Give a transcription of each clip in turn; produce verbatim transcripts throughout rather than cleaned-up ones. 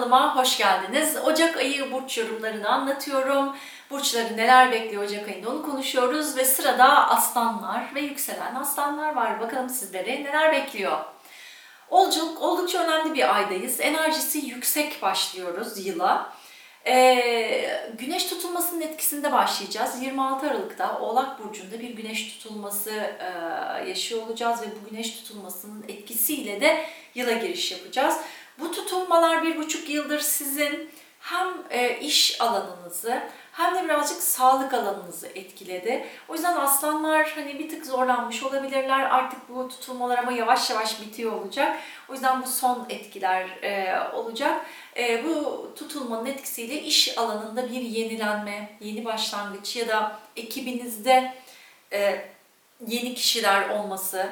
kanalıma hoş geldiniz. Ocak ayı burç yorumlarını anlatıyorum. Burçları neler bekliyor Ocak ayında onu konuşuyoruz ve sırada aslanlar ve yükselen aslanlar var. Bakalım sizleri neler bekliyor. Olculuk oldukça önemli bir aydayız. Enerjisi yüksek başlıyoruz yıla. Ee, güneş tutulmasının etkisinde başlayacağız. yirmi altı Aralık'ta Oğlak Burcu'nda bir güneş tutulması e, yaşıyor olacağız ve bu güneş tutulmasının etkisiyle de yıla giriş yapacağız. Bu tutulmalar bir buçuk yıldır sizin hem e, iş alanınızı hem de birazcık sağlık alanınızı etkiledi. O yüzden aslanlar hani bir tık zorlanmış olabilirler. Artık bu tutulmalar ama yavaş yavaş bitiyor olacak. O yüzden bu son etkiler e, olacak. E, bu tutulmanın etkisiyle iş alanında bir yenilenme, yeni başlangıç ya da ekibinizde e, yeni kişiler olması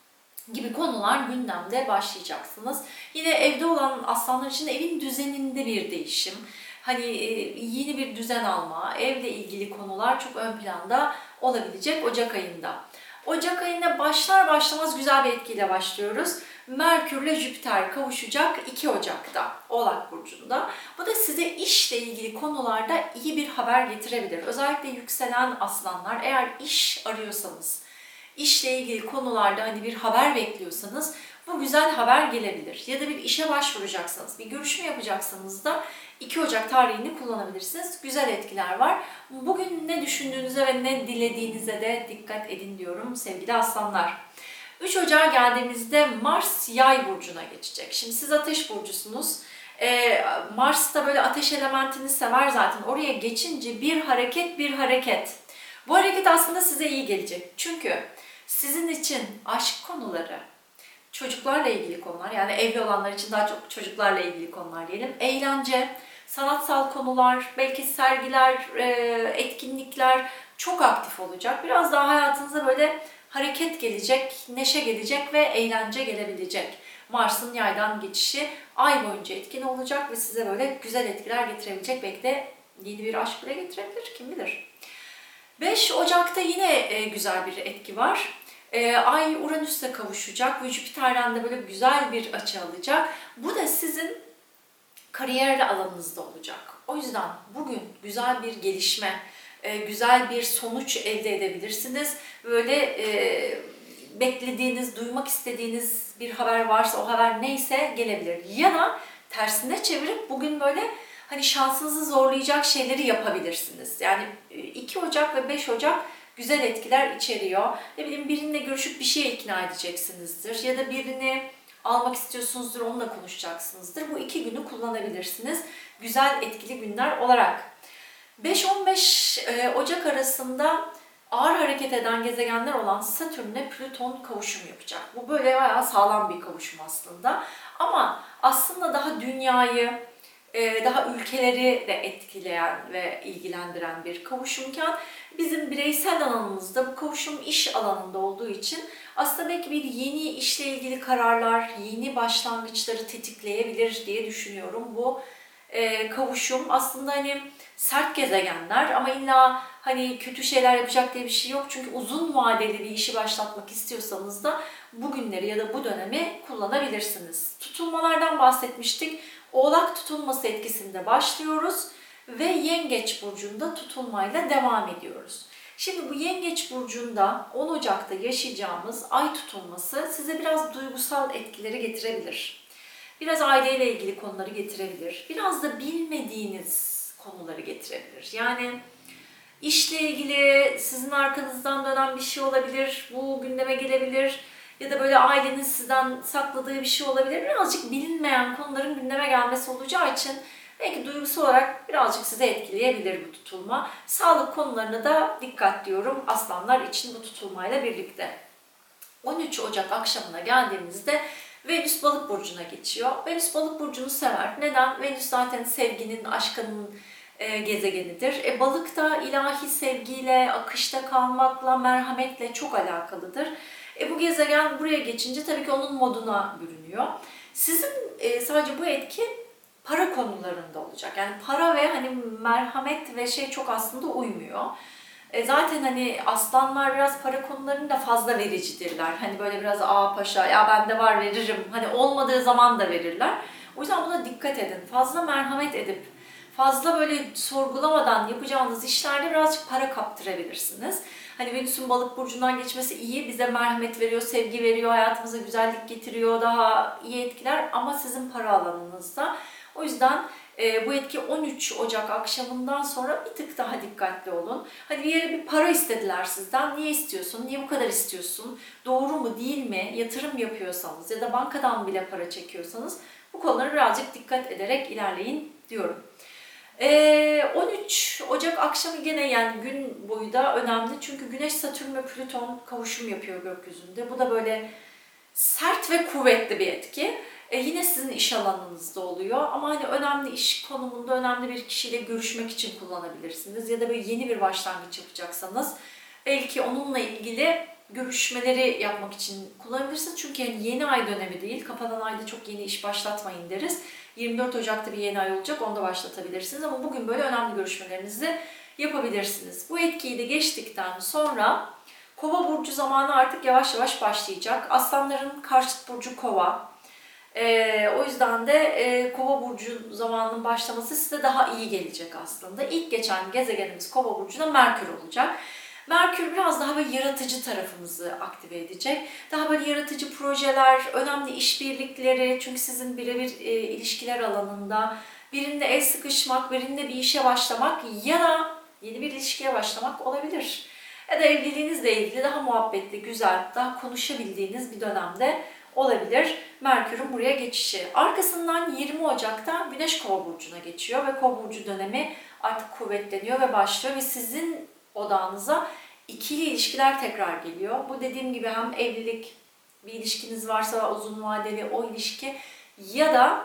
gibi konular gündemde başlayacaksınız. Yine evde olan aslanlar için evin düzeninde bir değişim. Hani yeni bir düzen alma, evle ilgili konular çok ön planda olabilecek Ocak ayında. Ocak ayında başlar başlamaz güzel bir etkiyle başlıyoruz. Merkür ile Jüpiter kavuşacak iki Ocak'ta Oğlak Burcu'nda. Bu da size işle ilgili konularda iyi bir haber getirebilir. Özellikle yükselen aslanlar, eğer iş arıyorsanız, işle ilgili konularda hani bir haber bekliyorsanız bu güzel haber gelebilir. Ya da bir işe başvuracaksanız, bir görüşme yapacaksanız da iki Ocak tarihini kullanabilirsiniz. Güzel etkiler var. Bugün ne düşündüğünüze ve ne dilediğinize de dikkat edin diyorum sevgili aslanlar. üç Ocağa geldiğimizde Mars Yay burcuna geçecek. Şimdi siz Ateş burcusunuz. Ee, Mars da böyle ateş elementini sever zaten. Oraya geçince bir hareket bir hareket. Bu hareket aslında size iyi gelecek. Çünkü sizin için aşk konuları, çocuklarla ilgili konular, yani evli olanlar için daha çok çocuklarla ilgili konular diyelim, eğlence, sanatsal konular, belki sergiler, etkinlikler çok aktif olacak. Biraz daha hayatınıza böyle hareket gelecek, neşe gelecek ve eğlence gelebilecek. Mars'ın yaydan geçişi ay boyunca etkin olacak ve size böyle güzel etkiler getirebilecek. Belki de yeni bir aşk bile getirebilir, kim bilir. beş Ocak'ta yine güzel bir etki var. Ay Uranüs'le kavuşacak ve Jüpiter'den de böyle güzel bir açı alacak. Bu da sizin kariyer alanınızda olacak. O yüzden bugün güzel bir gelişme, güzel bir sonuç elde edebilirsiniz. Böyle e, beklediğiniz, duymak istediğiniz bir haber varsa o haber neyse gelebilir. Ya da tersine çevirip bugün böyle hani şansınızı zorlayacak şeyleri yapabilirsiniz. Yani iki Ocak ve beş Ocak güzel etkiler içeriyor. Ne bileyim, birinle görüşüp bir şeye ikna edeceksinizdir. Ya da birini almak istiyorsunuzdur, onunla konuşacaksınızdır. Bu iki günü kullanabilirsiniz. Güzel etkili günler olarak. beş on beş Ocak arasında ağır hareket eden gezegenler olan Satürn'le Plüton kavuşum yapacak. Bu böyle bayağı sağlam bir kavuşum aslında. Ama aslında daha dünyayı, daha ülkeleri de etkileyen ve ilgilendiren bir kavuşumken bizim bireysel alanımızda bu kavuşum iş alanında olduğu için aslında belki bir yeni işle ilgili kararlar, yeni başlangıçları tetikleyebilir diye düşünüyorum. Bu e, kavuşum aslında hani sert gezegenler ama illa hani kötü şeyler yapacak diye bir şey yok. Çünkü uzun vadeli bir işi başlatmak istiyorsanız da bugünleri ya da bu dönemi kullanabilirsiniz. Tutulmalardan bahsetmiştik. Oğlak tutulması etkisinde başlıyoruz ve Yengeç burcunda tutulmayla devam ediyoruz. Şimdi bu Yengeç burcunda on Ocak'ta yaşayacağımız ay tutulması size biraz duygusal etkileri getirebilir. Biraz aileyle ilgili konuları getirebilir. Biraz da bilmediğiniz konuları getirebilir. Yani işle ilgili sizin arkanızdan dönen bir şey olabilir, bu gündeme gelebilir. Ya da böyle ailenin sizden sakladığı bir şey olabilir. Birazcık bilinmeyen konuların gündeme gelmesi olacağı için belki duygusal olarak birazcık size etkileyebilir bu tutulma. Sağlık konularına da dikkat diyorum aslanlar için bu tutulmayla birlikte. on üç Ocak akşamına geldiğimizde Venüs Balık burcuna geçiyor. Venüs Balık burcunu sever. Neden? Venüs zaten sevginin, aşkının e, gezegenidir. E, balık da ilahi sevgiyle, akışta kalmakla, merhametle çok alakalıdır. E, bu gezegen buraya geçince tabii ki onun moduna bürünüyor. Sizin e, sadece bu etki para konularında olacak. Yani para ve hani merhamet ve şey çok aslında uymuyor. E zaten hani aslanlar biraz para konularında fazla vericidirler. Hani böyle biraz ağa paşa, ya bende var veririm. Hani olmadığı zaman da verirler. O yüzden buna dikkat edin. Fazla merhamet edip, fazla böyle sorgulamadan yapacağınız işlerde birazcık para kaptırabilirsiniz. Hani Venüs'ün balık burcundan geçmesi iyi, bize merhamet veriyor, sevgi veriyor, hayatımıza güzellik getiriyor, daha iyi etkiler ama sizin para alanınızda. O yüzden e, bu etki on üç Ocak akşamından sonra bir tık daha dikkatli olun. Hani bir yere bir para istediler sizden, niye istiyorsun, niye bu kadar istiyorsun, doğru mu değil mi, yatırım yapıyorsanız ya da bankadan bile para çekiyorsanız bu konulara birazcık dikkat ederek ilerleyin diyorum. on üç Ocak akşamı gene yani gün boyu da önemli çünkü Güneş, Satürn ve Plüton kavuşum yapıyor gökyüzünde. Bu da böyle sert ve kuvvetli bir etki. E yine sizin iş alanınızda oluyor ama hani önemli iş konumunda önemli bir kişiyle görüşmek için kullanabilirsiniz ya da böyle yeni bir başlangıç yapacaksanız belki onunla ilgili görüşmeleri yapmak için kullanabilirsiniz. Çünkü yani yeni ay dönemi değil, kapanan ayda çok yeni iş başlatmayın deriz. yirmi dört Ocak'ta bir yeni ay olacak, onu da başlatabilirsiniz ama bugün böyle önemli görüşmelerinizi yapabilirsiniz. Bu etkiyi de geçtikten sonra Kova burcu zamanı artık yavaş yavaş başlayacak. Aslanların karşıt burcu Kova. Ee, o yüzden de e, Kova burcu zamanının başlaması size daha iyi gelecek aslında. İlk geçen gezegenimiz Kova burcunda Merkür olacak. Merkür biraz daha böyle yaratıcı tarafımızı aktive edecek. Daha böyle yaratıcı projeler, önemli işbirlikleri, çünkü sizin birebir e, ilişkiler alanında birinde el sıkışmak, birinde bir işe başlamak ya da yeni bir ilişkiye başlamak olabilir. Ya da evliliğinizle ilgili daha muhabbetli, güzel, daha konuşabildiğiniz bir dönemde olabilir Merkür'ün buraya geçişi. Arkasından yirmi Ocak'ta Güneş Kova burcuna geçiyor ve Kova burcu dönemi artık kuvvetleniyor ve başlıyor ve sizin odağınıza ikili ilişkiler tekrar geliyor. Bu dediğim gibi hem evlilik, bir ilişkiniz varsa uzun vadeli o ilişki ya da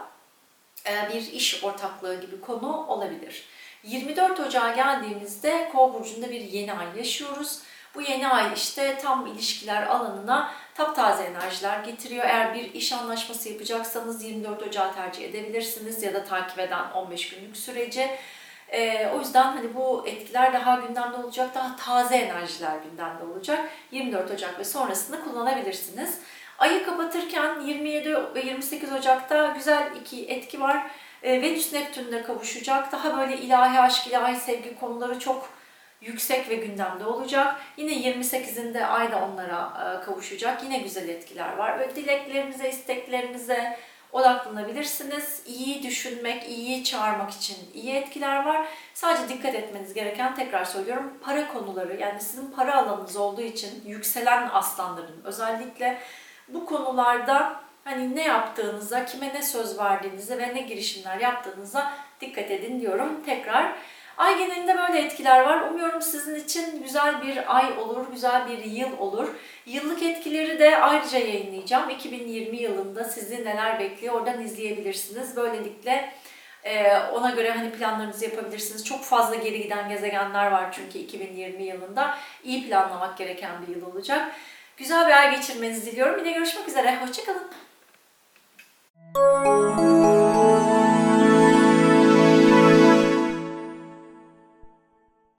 bir iş ortaklığı gibi konu olabilir. yirmi dört Ocağa geldiğimizde Kova burcunda bir yeni ay yaşıyoruz. Bu yeni ay işte tam ilişkiler alanına taptaze enerjiler getiriyor. Eğer bir iş anlaşması yapacaksanız yirmi dört Ocağı tercih edebilirsiniz ya da takip eden on beş günlük süreci. Ee, o yüzden hani bu etkiler daha gündemde olacak, daha taze enerjiler gündemde olacak. yirmi dört Ocak ve sonrasında kullanabilirsiniz. Ayı kapatırken yirmi yedi ve yirmi sekiz Ocak'ta güzel iki etki var. Ee, Venüs Neptün'le kavuşacak. Daha böyle ilahi aşk, ilahi sevgi konuları çok yüksek ve gündemde olacak. Yine yirmi sekizinde Ay da onlara e, kavuşacak. Yine güzel etkiler var. Böyle dileklerinize, isteklerinize odaklanabilirsiniz. İyi düşünmek, iyi çağırmak için iyi etkiler var. Sadece dikkat etmeniz gereken, tekrar söylüyorum, para konuları, yani sizin para alanınız olduğu için yükselen aslanların özellikle bu konularda hani ne yaptığınıza, kime ne söz verdiğinize ve ne girişimler yaptığınıza dikkat edin diyorum tekrar. Ay genelinde böyle etkiler var. Umuyorum sizin için güzel bir ay olur, güzel bir yıl olur. Yıllık etkileri de ayrıca yayınlayacağım. iki bin yirmi yılında sizi neler bekliyor oradan izleyebilirsiniz. Böylelikle e, ona göre hani planlarınızı yapabilirsiniz. Çok fazla geri giden gezegenler var çünkü iki bin yirmi yılında iyi planlamak gereken bir yıl olacak. Güzel bir ay geçirmenizi diliyorum. Yine görüşmek üzere. Hoşça kalın.